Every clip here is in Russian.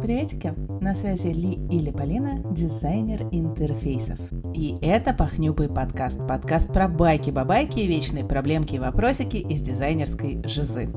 Приветики! На связи Ли или Полина, дизайнер интерфейсов. И это «Похнюпай подкаст». Подкаст про байки-бабайки, вечные проблемки и вопросики из дизайнерской жизы.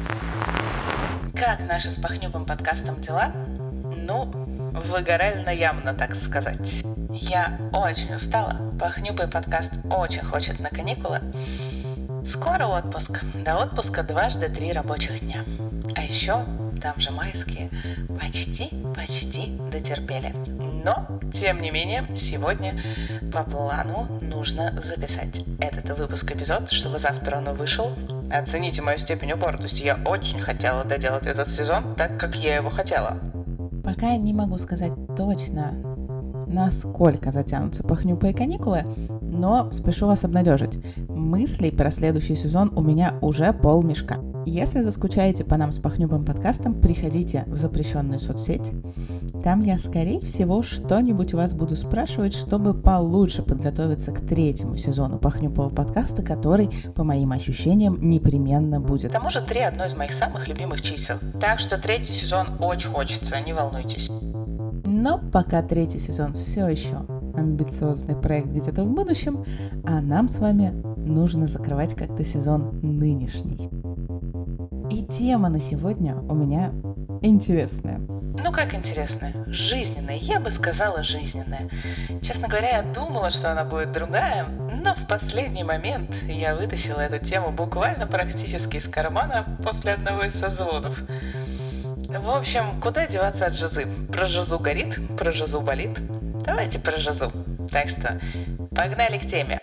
Как наши с Похнюпым подкастом дела? Выгорально явно, так сказать. Я очень устала. Похнюпай подкаст очень хочет на каникулы. Скоро отпуск. До отпуска 2-3 рабочих дня. А еще там же майские. Почти дотерпели. Но, тем не менее, сегодня по плану нужно записать этот выпуск-эпизод, чтобы завтра он вышел. Оцените мою степень упоротости. Я очень хотела доделать этот сезон так, как я его хотела. Пока я не могу сказать точно, насколько затянутся Похнюпай каникулы, но спешу вас обнадежить. Мыслей про следующий сезон у меня уже полмешка. Если заскучаете по нам с Похнюпым подкастом, приходите в запрещенную соцсеть. Там я, скорее всего, что-нибудь вас буду спрашивать, чтобы получше подготовиться к 3-му сезону Похнюпого подкаста, который, по моим ощущениям, непременно будет. К тому же 3 одно из моих самых любимых чисел. Так что 3-й сезон очень хочется, не волнуйтесь. Но пока 3-й сезон все еще амбициозный проект где-то в будущем, а нам с вами нужно закрывать как-то сезон нынешний. И тема на сегодня у меня интересная. Как интересная? Жизненная. Я бы сказала жизненная. Честно говоря, я думала, что она будет другая, но в последний момент я вытащила эту тему буквально практически из кармана после одного из созвонов. В общем, куда деваться от жизы? Про жизу горит, про жизу болит. Давайте про жизу. Так что погнали к теме.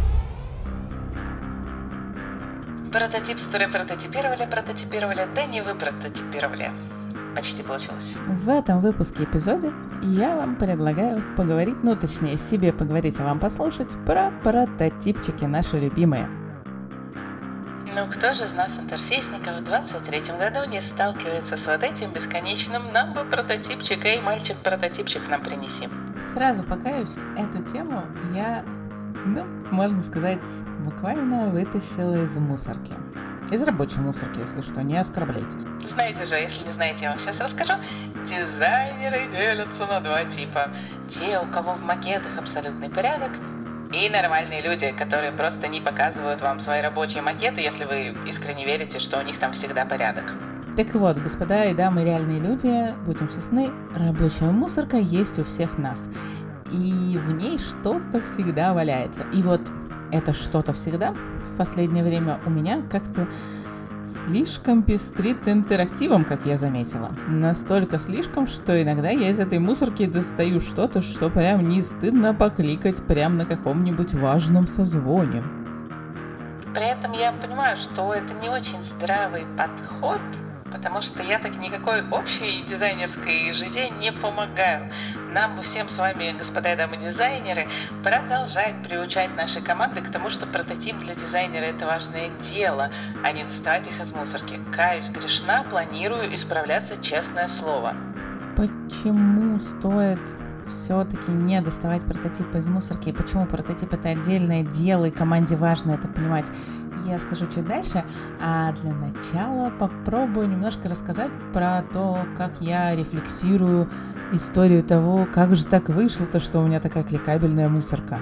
Прототипстеры прототипировали, да не вы прототипировали. Почти получилось. В этом выпуске-эпизоде я вам предлагаю поговорить, точнее, себе поговорить, а вам послушать про прототипчики наши любимые. Кто же из нас, интерфейсников, в 23-м году не сталкивается с вот этим бесконечным «нам бы прототипчик, эй, мальчик-прототипчик нам принеси». Сразу покаюсь, эту тему я, можно сказать, буквально вытащила из мусорки. Из рабочей мусорки, если что, не оскорбляйтесь. Знаете же, если не знаете, я вам сейчас расскажу. Дизайнеры делятся на 2 типа. Те, у кого в макетах абсолютный порядок, и нормальные люди, которые просто не показывают вам свои рабочие макеты, если вы искренне верите, что у них там всегда порядок. Так вот, господа и дамы, реальные люди, будем честны, рабочая мусорка есть у всех нас. И в ней что-то всегда валяется. И вот это что-то всегда в последнее время у меня как-то слишком пестрит интерактивом, как я заметила. Настолько слишком, что иногда я из этой мусорки достаю что-то, что прям не стыдно покликать прям на каком-нибудь важном созвоне. При этом я понимаю, что это не очень здравый подход, потому что я так никакой общей дизайнерской жизни не помогаю. Нам всем с вами, господа и дамы дизайнеры, продолжать приучать наши команды к тому, что прототип для дизайнера – это важное дело, а не доставать их из мусорки. Каюсь, грешна, планирую исправляться, честное слово. Почему стоит все-таки не доставать прототипы из мусорки? И почему прототип – это отдельное дело, и команде важно это понимать? Я скажу чуть дальше, а для начала попробую немножко рассказать про то, как я рефлексирую историю того, как же так вышло-то, что у меня такая кликабельная мусорка.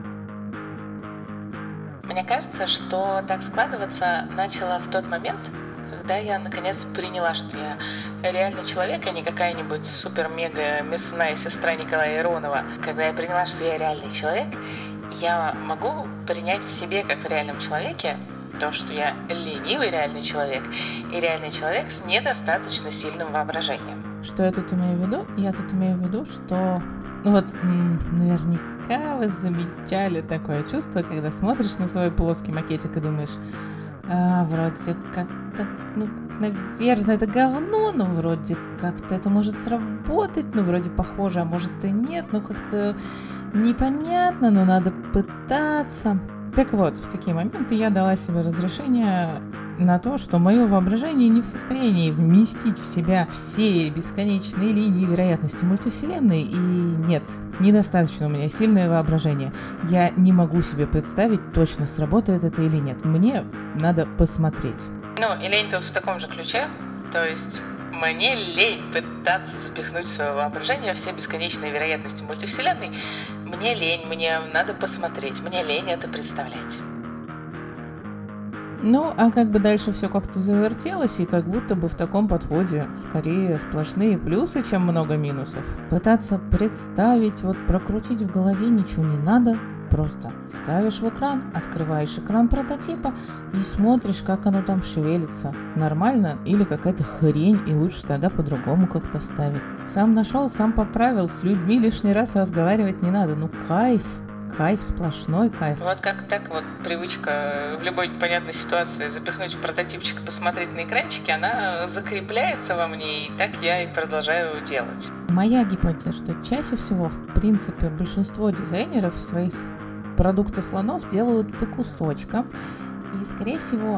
Мне кажется, что так складываться начало в тот момент, когда я наконец приняла, что я реальный человек, а не какая-нибудь супер-мега мясная сестра Николая Иронова. Когда я приняла, что я реальный человек, я могу принять в себе, как в реальном человеке, то, что я ленивый реальный человек и реальный человек с недостаточно сильным воображением. Что я тут имею в виду? Я тут имею в виду, что наверняка вы замечали такое чувство, когда смотришь на свой плоский макетик и думаешь, вроде как-то, наверное, это говно, но вроде как-то это может сработать, вроде похоже, а может и нет, как-то непонятно, но надо пытаться. Так вот, в такие моменты я дала себе разрешение на то, что мое воображение не в состоянии вместить в себя все бесконечные линии вероятности мультивселенной, и нет, недостаточно у меня сильное воображение. Я не могу себе представить, точно сработает это или нет. Мне надо посмотреть. И лень тут в таком же ключе, то есть Мне лень пытаться запихнуть в свое воображение все бесконечные вероятности мультивселенной. Мне лень, мне надо посмотреть, мне лень это представлять. Ну, а как бы дальше все как-то завертелось, и как будто бы в таком подходе скорее сплошные плюсы, чем много минусов. Пытаться представить, прокрутить в голове ничего не надо. Просто ставишь в экран, открываешь экран прототипа и смотришь, как оно там шевелится. Нормально или какая-то хрень, и лучше тогда по-другому как-то вставить. Сам нашел, сам поправил, с людьми лишний раз разговаривать не надо. Ну кайф сплошной кайф. Вот как так привычка в любой непонятной ситуации запихнуть в прототипчик и посмотреть на экранчике, она закрепляется во мне, и так я и продолжаю делать. Моя гипотеза, что чаще всего, в принципе, большинство дизайнеров своих продуктослонов делают по кусочкам, и, скорее всего,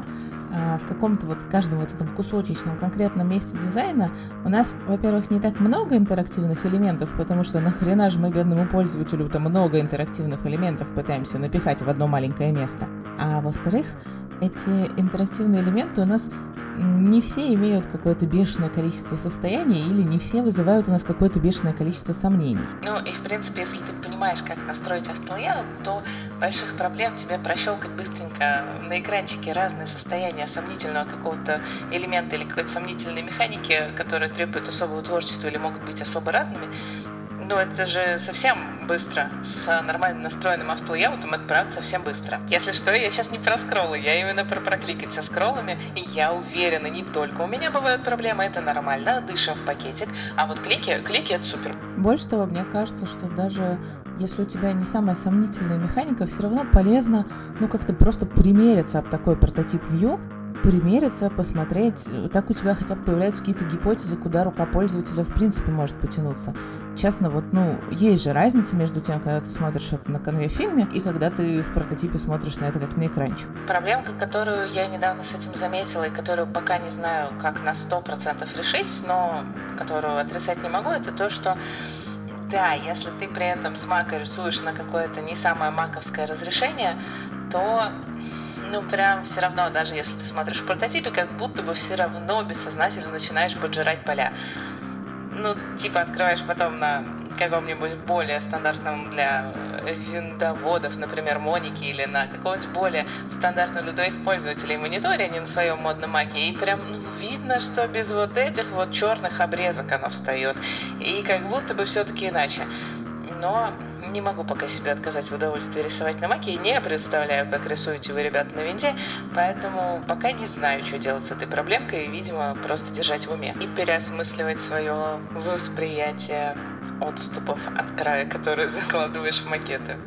в каком-то каждом этом кусочечном конкретном месте дизайна у нас, во-первых, не так много интерактивных элементов, потому что нахрена же мы бедному пользователю много интерактивных элементов пытаемся напихать в одно маленькое место. А во-вторых, эти интерактивные элементы у нас не все имеют какое-то бешеное количество состояний или не все вызывают у нас какое-то бешеное количество сомнений. Ну и в принципе, если ты понимаешь, как настроить автолейаут, то больших проблем тебе прощелкать быстренько на экранчике разные состояния сомнительного какого-то элемента или какой-то сомнительной механики, которые требуют особого творчества или могут быть особо разными. Ну, это же совсем быстро. С нормально настроенным автолейаутом это правда совсем быстро. Если что, я сейчас не про скроллы, я именно про прокликать со скроллами. И я уверена, не только у меня бывают проблемы, это нормально, дышим в пакетик. А вот клики это супер. Больше того, мне кажется, что даже если у тебя не самая сомнительная механика, все равно полезно, как-то просто примериться об такой прототип Vue, примериться, посмотреть, так у тебя хотя бы появляются какие-то гипотезы, куда рука пользователя в принципе может потянуться. Честно, есть же разница между тем, когда ты смотришь это на конве фильме и когда ты в прототипе смотришь на это как на экранчик. Проблемка, которую я недавно с этим заметила и которую пока не знаю, как на 100% решить, но которую отрицать не могу, это то, что да, если ты при этом с мака рисуешь на какое-то не самое маковское разрешение, то прям все равно, даже если ты смотришь в прототипе, как будто бы все равно бессознательно начинаешь поджирать поля. Открываешь потом на каком-нибудь более стандартном для виндоводов, например, Моники, или на каком-нибудь более стандартном для твоих пользователей мониторе, а не на своем модном маке, и прям видно, что без этих черных обрезок оно встает, и как будто бы все-таки иначе. Но не могу пока себе отказать в удовольствии рисовать на маке и не представляю, как рисуете вы, ребята, на винде, поэтому пока не знаю, что делать с этой проблемкой, и, видимо, просто держать в уме и переосмысливать свое восприятие отступов от края, которые закладываешь в макеты.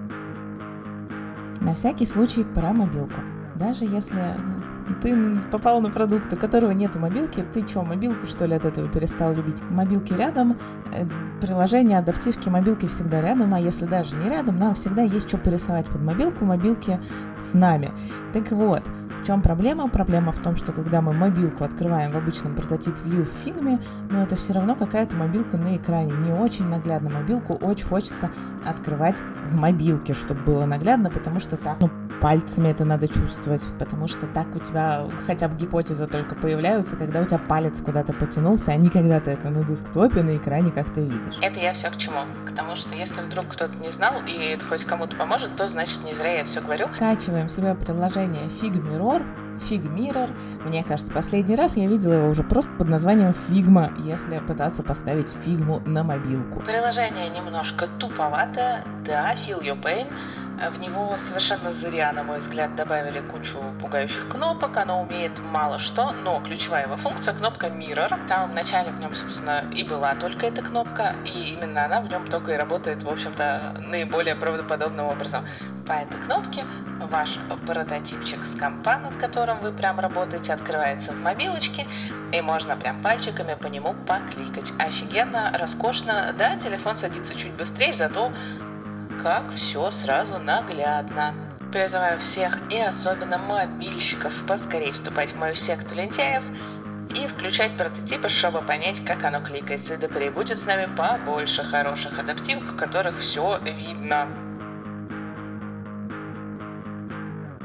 На всякий случай про мобилку. Даже если ты попал на продукт, у которого нету мобилки, ты что, мобилку, что ли, от этого перестал любить? Мобилки рядом, приложение адаптивки мобилки всегда рядом, а если даже не рядом, нам всегда есть что порисовать под мобилку, мобилки с нами. Так вот, в чем проблема? Проблема в том, что когда мы мобилку открываем в обычном прототип Vue в Figma, это все равно какая-то мобилка на экране. Не очень наглядно. Мобилку очень хочется открывать в мобилке, чтобы было наглядно, потому что так, пальцами это надо чувствовать, потому что так у тебя хотя бы гипотезы только появляются, когда у тебя палец куда-то потянулся, а не когда ты это на десктопе, на экране как-то видишь. Это я все к чему? К тому, что если вдруг кто-то не знал, и это хоть кому-то поможет, то значит не зря я все говорю. Скачиваем себе приложение Figmirror. Мне кажется, последний раз я видела его уже просто под названием Figma, если пытаться поставить фигму на мобилку. Приложение немножко туповатое, да, feel your pain. В него совершенно зря, на мой взгляд, добавили кучу пугающих кнопок. Оно умеет мало что, но ключевая его функция — кнопка Mirror. В самом начале в нем, собственно, и была только эта кнопка, и именно она в нем только и работает, в общем-то, наиболее правдоподобным образом. По этой кнопке ваш прототипчик с компа, над которым вы прям работаете, открывается в мобилочке, и можно прям пальчиками по нему покликать. Офигенно, роскошно. Да, телефон садится чуть быстрее, зато как все сразу наглядно. Призываю всех, и особенно мобильщиков, поскорее вступать в мою секту лентяев и включать прототипы, чтобы понять, как оно кликается. Да пребудет с нами побольше хороших адаптивок, в которых все видно.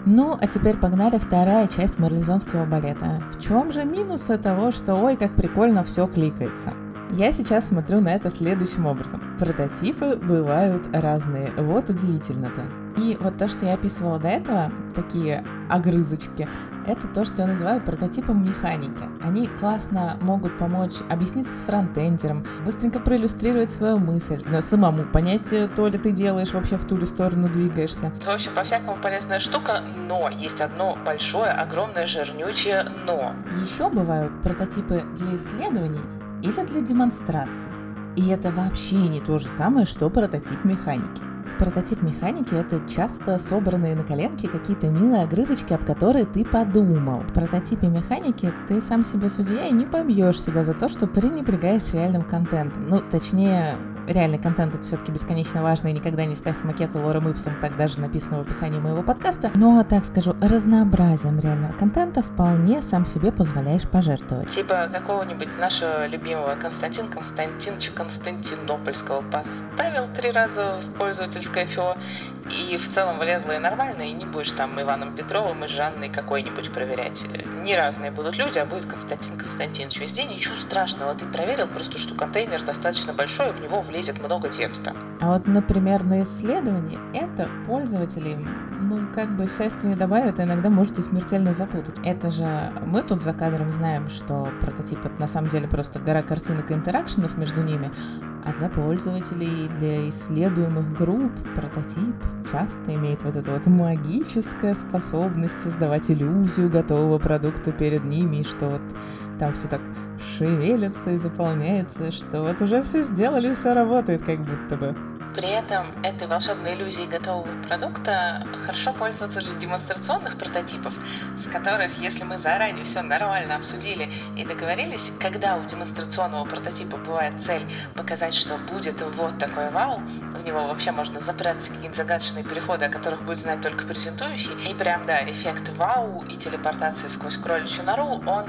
Ну, а теперь погнали вторая часть марлезонского балета. В чем же минусы того, что ой, как прикольно все кликается? Я сейчас смотрю на это следующим образом. Прототипы бывают разные, вот удивительно-то. И вот то, что я описывала до этого, такие огрызочки, это то, что я называю прототипом механики. Они классно могут помочь объясниться с фронтендером, быстренько проиллюстрировать свою мысль, самому понять, то ли ты делаешь, вообще в ту ли сторону двигаешься. В общем, по-всякому полезная штука, но есть одно большое, огромное, жирнючее но. Еще бывают прототипы для исследований или для демонстраций. И это вообще не то же самое, что прототип механики. Прототип механики – это часто собранные на коленке какие-то милые огрызочки, об которые ты подумал. В прототипе механики ты сам себе судья и не побьешь себя за то, что пренебрегаешь реальным контентом. Ну, точнее, реальный контент – это все-таки бесконечно важно, и никогда не ставь макеты лорем ипсум, так даже написано в описании моего подкаста. Но, так скажу, разнообразием реального контента вполне сам себе позволяешь пожертвовать. Типа какого-нибудь нашего любимого Константина Константиновича Константинопольского поставил 3 раза в пользовательское ФИО, и в целом влезло и нормально, и не будешь там Иваном Петровым и Жанной какой-нибудь проверять. Не разные будут люди, а будет Константин Константинович. Везде ничего страшного. Ты проверил просто, что контейнер достаточно большой, в него влезет много текста. А вот, например, на исследовании это пользователей, как бы счастья не добавит, а иногда можете смертельно запутать. Это же мы тут за кадром знаем, что прототип это на самом деле просто гора картинок и интеракшенов между ними, а для пользователей и для исследуемых групп прототип часто имеет вот эту вот магическую способность создавать иллюзию готового продукта перед ними, и что вот там все так шевелится и заполняется, что вот уже все сделали, все работает как будто бы. При этом этой волшебной иллюзией готового продукта хорошо пользоваться для демонстрационных прототипов, в которых, если мы заранее все нормально обсудили и договорились, когда у демонстрационного прототипа бывает цель показать, что будет вот такой вау, в него вообще можно запрятать какие-то загадочные переходы, о которых будет знать только презентующий, и прям, да, эффект вау и телепортации сквозь кроличью нору, он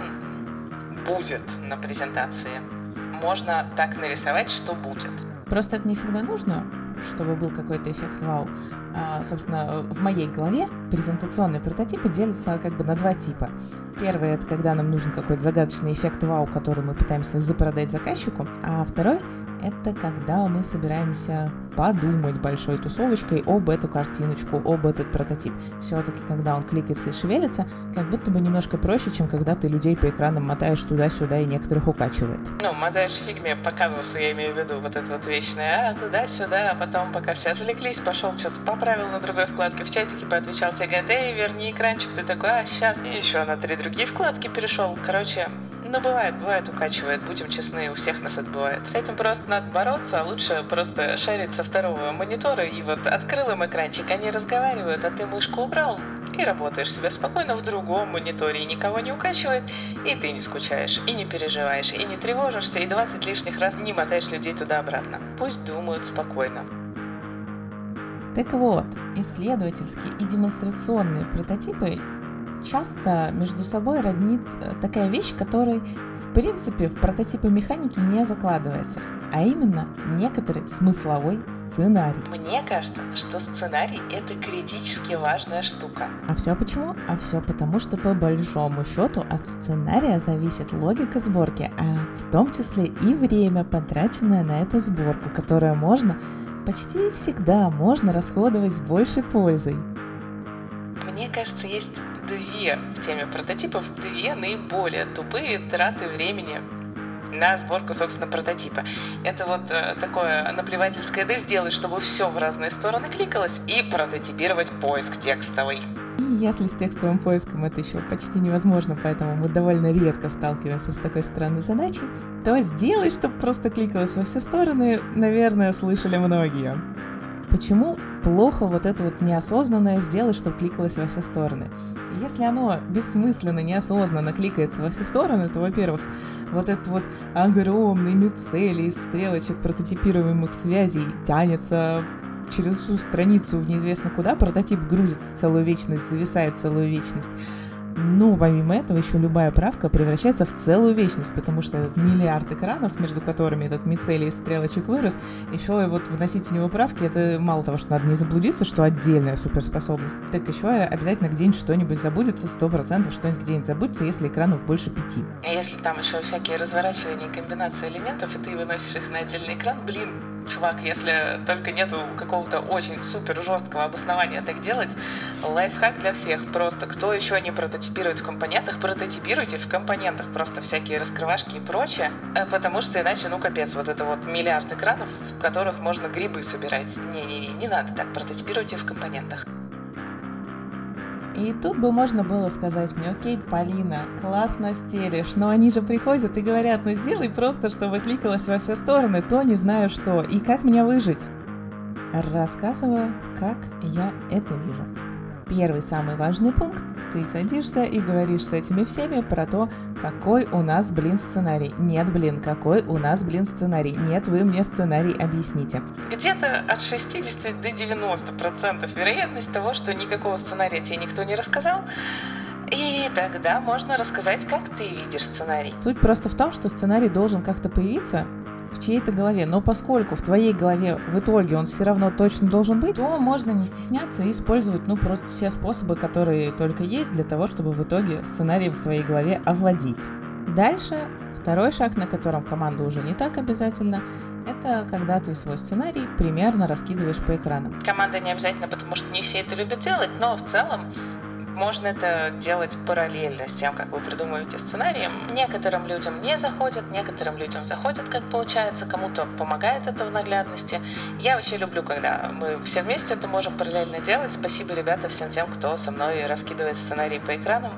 будет на презентации. Можно так нарисовать, что будет. Просто это не всегда нужно, чтобы был какой-то эффект вау. Собственно, в моей голове презентационные прототипы делятся как бы на 2 типа. Первый — это когда нам нужен какой-то загадочный эффект вау, который мы пытаемся запродать заказчику. А второй — это когда мы собираемся подумать большой тусовочкой об эту картиночку, об этот прототип. Все-таки, когда он кликается и шевелится, как будто бы немножко проще, чем когда ты людей по экранам мотаешь туда-сюда и некоторых укачивает. Мотаешь фигме по канвасу, я имею в виду вот это вот вечное, туда-сюда, а потом, пока все отвлеклись, пошел что-то поправил на другой вкладке в чатике, поотвечал тебе, говорит, эй, верни экранчик, ты такой, сейчас, и еще на 3 другие вкладки перешел. Короче, бывает укачивает, будем честны, у всех нас это бывает. С этим просто надо бороться, а лучше просто шарить со второго монитора, и вот открыл им экранчик, они разговаривают, а ты мышку убрал и работаешь себе спокойно в другом мониторе, и никого не укачивает, и ты не скучаешь, и не переживаешь, и не тревожишься, и 20 лишних раз не мотаешь людей туда-обратно. Пусть думают спокойно. Так вот, исследовательские и демонстрационные прототипы часто между собой роднит такая вещь, которой, в принципе, в прототипы механики не закладывается, а именно некоторый смысловой сценарий. Мне кажется, что сценарий – это критически важная штука. А все почему? А все потому, что по большому счету от сценария зависит логика сборки, а в том числе и время, потраченное на эту сборку, которое почти всегда можно расходовать с большей пользой. Мне кажется, есть 2 в теме прототипов, 2 наиболее тупые траты времени на сборку, собственно, прототипа. Это вот такое наплевательское «да сделать, чтобы все в разные стороны кликалось» и прототипировать поиск текстовый. И если с текстовым поиском это еще почти невозможно, поэтому мы довольно редко сталкиваемся с такой странной задачей, то сделай, чтобы просто кликалось во все стороны, наверное, слышали многие. Почему плохо вот это вот неосознанное сделать, чтобы кликалось во все стороны? Если оно бессмысленно, неосознанно кликается во все стороны, то, во-первых, вот этот вот огромный мицелий из стрелочек прототипируемых связей тянется через всю страницу в неизвестно куда, прототип грузится целую вечность, зависает целую вечность. Но помимо этого еще любая правка превращается в целую вечность, потому что этот миллиард экранов, между которыми этот мицелий из стрелочек вырос, еще и вот вносить в него правки, это мало того, что надо не заблудиться, что отдельная суперспособность, так еще и обязательно где-нибудь что-нибудь забудется, 100% что-нибудь где-нибудь забудется, если экранов больше 5. А если там еще всякие разворачивания и комбинации элементов, и ты выносишь их на отдельный экран, чувак, если только нету какого-то очень супер жесткого обоснования так делать, лайфхак для всех. Просто кто еще не прототипирует в компонентах, прототипируйте в компонентах просто всякие раскрывашки и прочее, потому что иначе, капец, вот это вот миллиард экранов, в которых можно грибы собирать. Не надо так, прототипируйте в компонентах. И тут бы можно было сказать мне: окей, Полина, классно стелишь, но они же приходят и говорят: сделай просто, чтобы кликалось во все стороны, то не знаю что, и как мне выжить? Рассказываю, как я это вижу. Первый самый важный пункт: ты садишься и говоришь с этими всеми про то, какой у нас, сценарий. Нет, какой у нас, сценарий. Нет, вы мне сценарий объясните. Где-то от 60 до 90% вероятность того, что никакого сценария тебе никто не рассказал, и тогда можно рассказать, как ты видишь сценарий. Суть просто в том, что сценарий должен как-то появиться в чьей-то голове, но поскольку в твоей голове в итоге он все равно точно должен быть, то можно не стесняться и использовать просто все способы, которые только есть для того, чтобы в итоге сценарием в своей голове овладеть. Дальше, второй шаг, на котором команда уже не так обязательно, это когда ты свой сценарий примерно раскидываешь по экранам. Команда не обязательно, потому что не все это любят делать, но в целом можно это делать параллельно с тем, как вы придумываете сценарий. Некоторым людям не заходят, некоторым людям заходят, как получается, кому-то помогает это в наглядности. Я вообще люблю, когда мы все вместе это можем параллельно делать. Спасибо, ребята, всем тем, кто со мной раскидывает сценарий по экранам.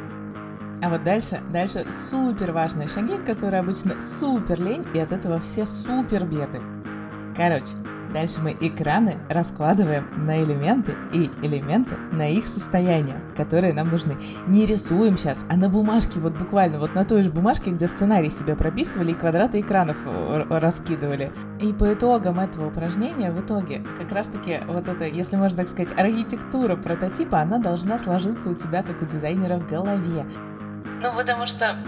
А вот дальше супер важные шаги, которые обычно супер лень, и от этого все супер беды. Короче, дальше мы экраны раскладываем на элементы и элементы на их состояния, которые нам нужны. Не рисуем сейчас, а на бумажке, вот буквально вот на той же бумажке, где сценарий себе прописывали и квадраты экранов раскидывали. И по итогам этого упражнения, в итоге, как раз-таки вот эта, если можно так сказать, архитектура прототипа, она должна сложиться у тебя, как у дизайнера, в голове. Потому что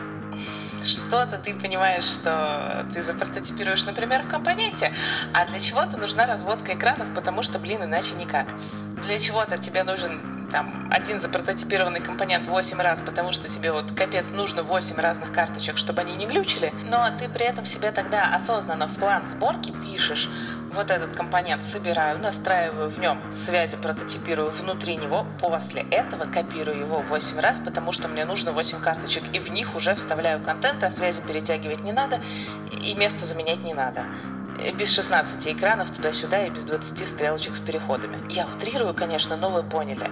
что-то ты понимаешь, что ты запрототипируешь, например, в компоненте, а для чего-то нужна разводка экранов, потому что, иначе никак. Для чего-то тебе нужен один запрототипированный компонент 8 раз, потому что тебе капец нужно 8 разных карточек, чтобы они не глючили, но ты при этом себе тогда осознанно в план сборки пишешь: вот этот компонент собираю, настраиваю в нем связи, прототипирую внутри него, после этого копирую его 8 раз, потому что мне нужно 8 карточек, и в них уже вставляю контент, а связи перетягивать не надо, и место заменять не надо. Без 16 экранов туда-сюда и без 20 стрелочек с переходами. Я утрирую, конечно, но вы поняли.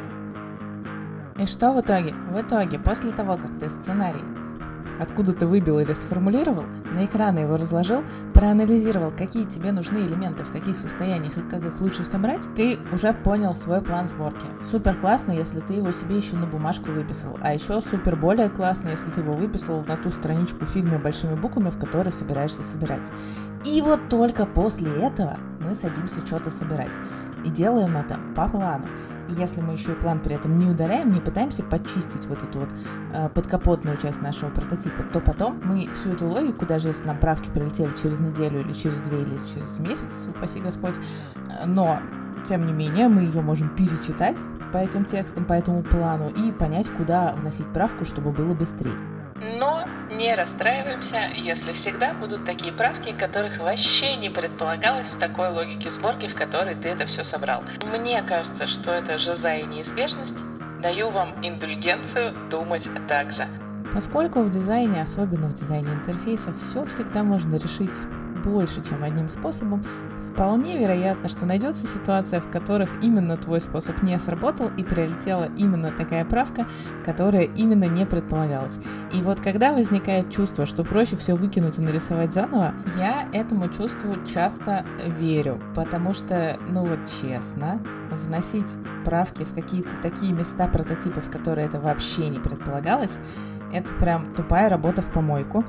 И что в итоге? В итоге, после того, как ты сценарий откуда-то выбил или сформулировал, на экраны его разложил, проанализировал, какие тебе нужны элементы, в каких состояниях и как их лучше собрать, ты уже понял свой план сборки. Супер классно, если ты его себе еще на бумажку выписал, а еще супер более классно, если ты его выписал на ту страничку фигмы большими буквами, в которой собираешься собирать. И вот только после этого мы садимся что-то собирать. И делаем это по плану. И если мы еще и план при этом не удаляем, не пытаемся почистить вот эту подкапотную часть нашего прототипа, то потом мы всю эту логику, даже если нам правки прилетели через неделю или через 2 или через месяц, упаси Господь, но тем не менее мы ее можем перечитать по этим текстам, по этому плану и понять, куда вносить правку, чтобы было быстрее. Но не расстраиваемся, если всегда будут такие правки, которых вообще не предполагалось в такой логике сборки, в которой ты это все собрал. Мне кажется, что это жиза и неизбежность. Даю вам индульгенцию думать так же. Поскольку в дизайне, особенно в дизайне интерфейсов, все всегда можно решить больше, чем одним способом, вполне вероятно, что найдется ситуация, в которых именно твой способ не сработал и прилетела именно такая правка, которая именно не предполагалась. И вот когда возникает чувство, что проще все выкинуть и нарисовать заново, я этому чувству часто верю, потому что, честно, вносить правки в какие-то такие места прототипов, в которые это вообще не предполагалось, это прям тупая работа в помойку.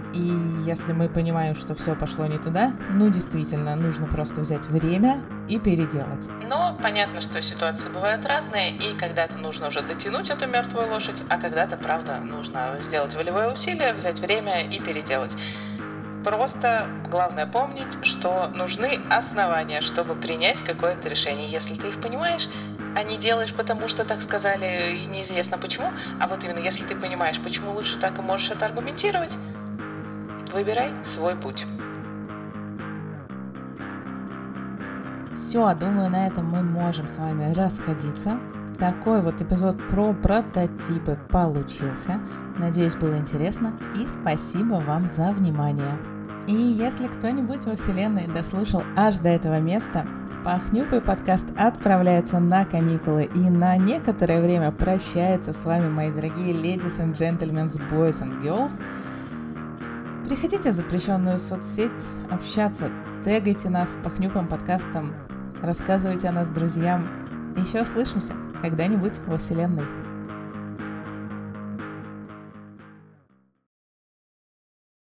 И если мы понимаем, что все пошло не туда, действительно, нужно просто взять время и переделать. Но понятно, что ситуации бывают разные, и когда-то нужно уже дотянуть эту мертвую лошадь, а когда-то, правда, нужно сделать волевое усилие, взять время и переделать. Просто главное помнить, что нужны основания, чтобы принять какое-то решение. Если ты их понимаешь, а не делаешь, потому что так сказали и неизвестно почему, а вот именно если ты понимаешь, почему лучше так и можешь это аргументировать, выбирай свой путь. Все, думаю, на этом мы можем с вами расходиться. Такой вот эпизод про прототипы получился. Надеюсь, было интересно, и спасибо вам за внимание. И если кто-нибудь во вселенной дослушал аж до этого места, Похнюпай подкаст отправляется на каникулы и на некоторое время прощается с вами, мои дорогие ladies and gentlemen, boys and girls. Приходите в запрещенную соцсеть общаться, тегайте нас Похнюпаем подкастом, рассказывайте о нас друзьям. Еще услышимся когда-нибудь во вселенной.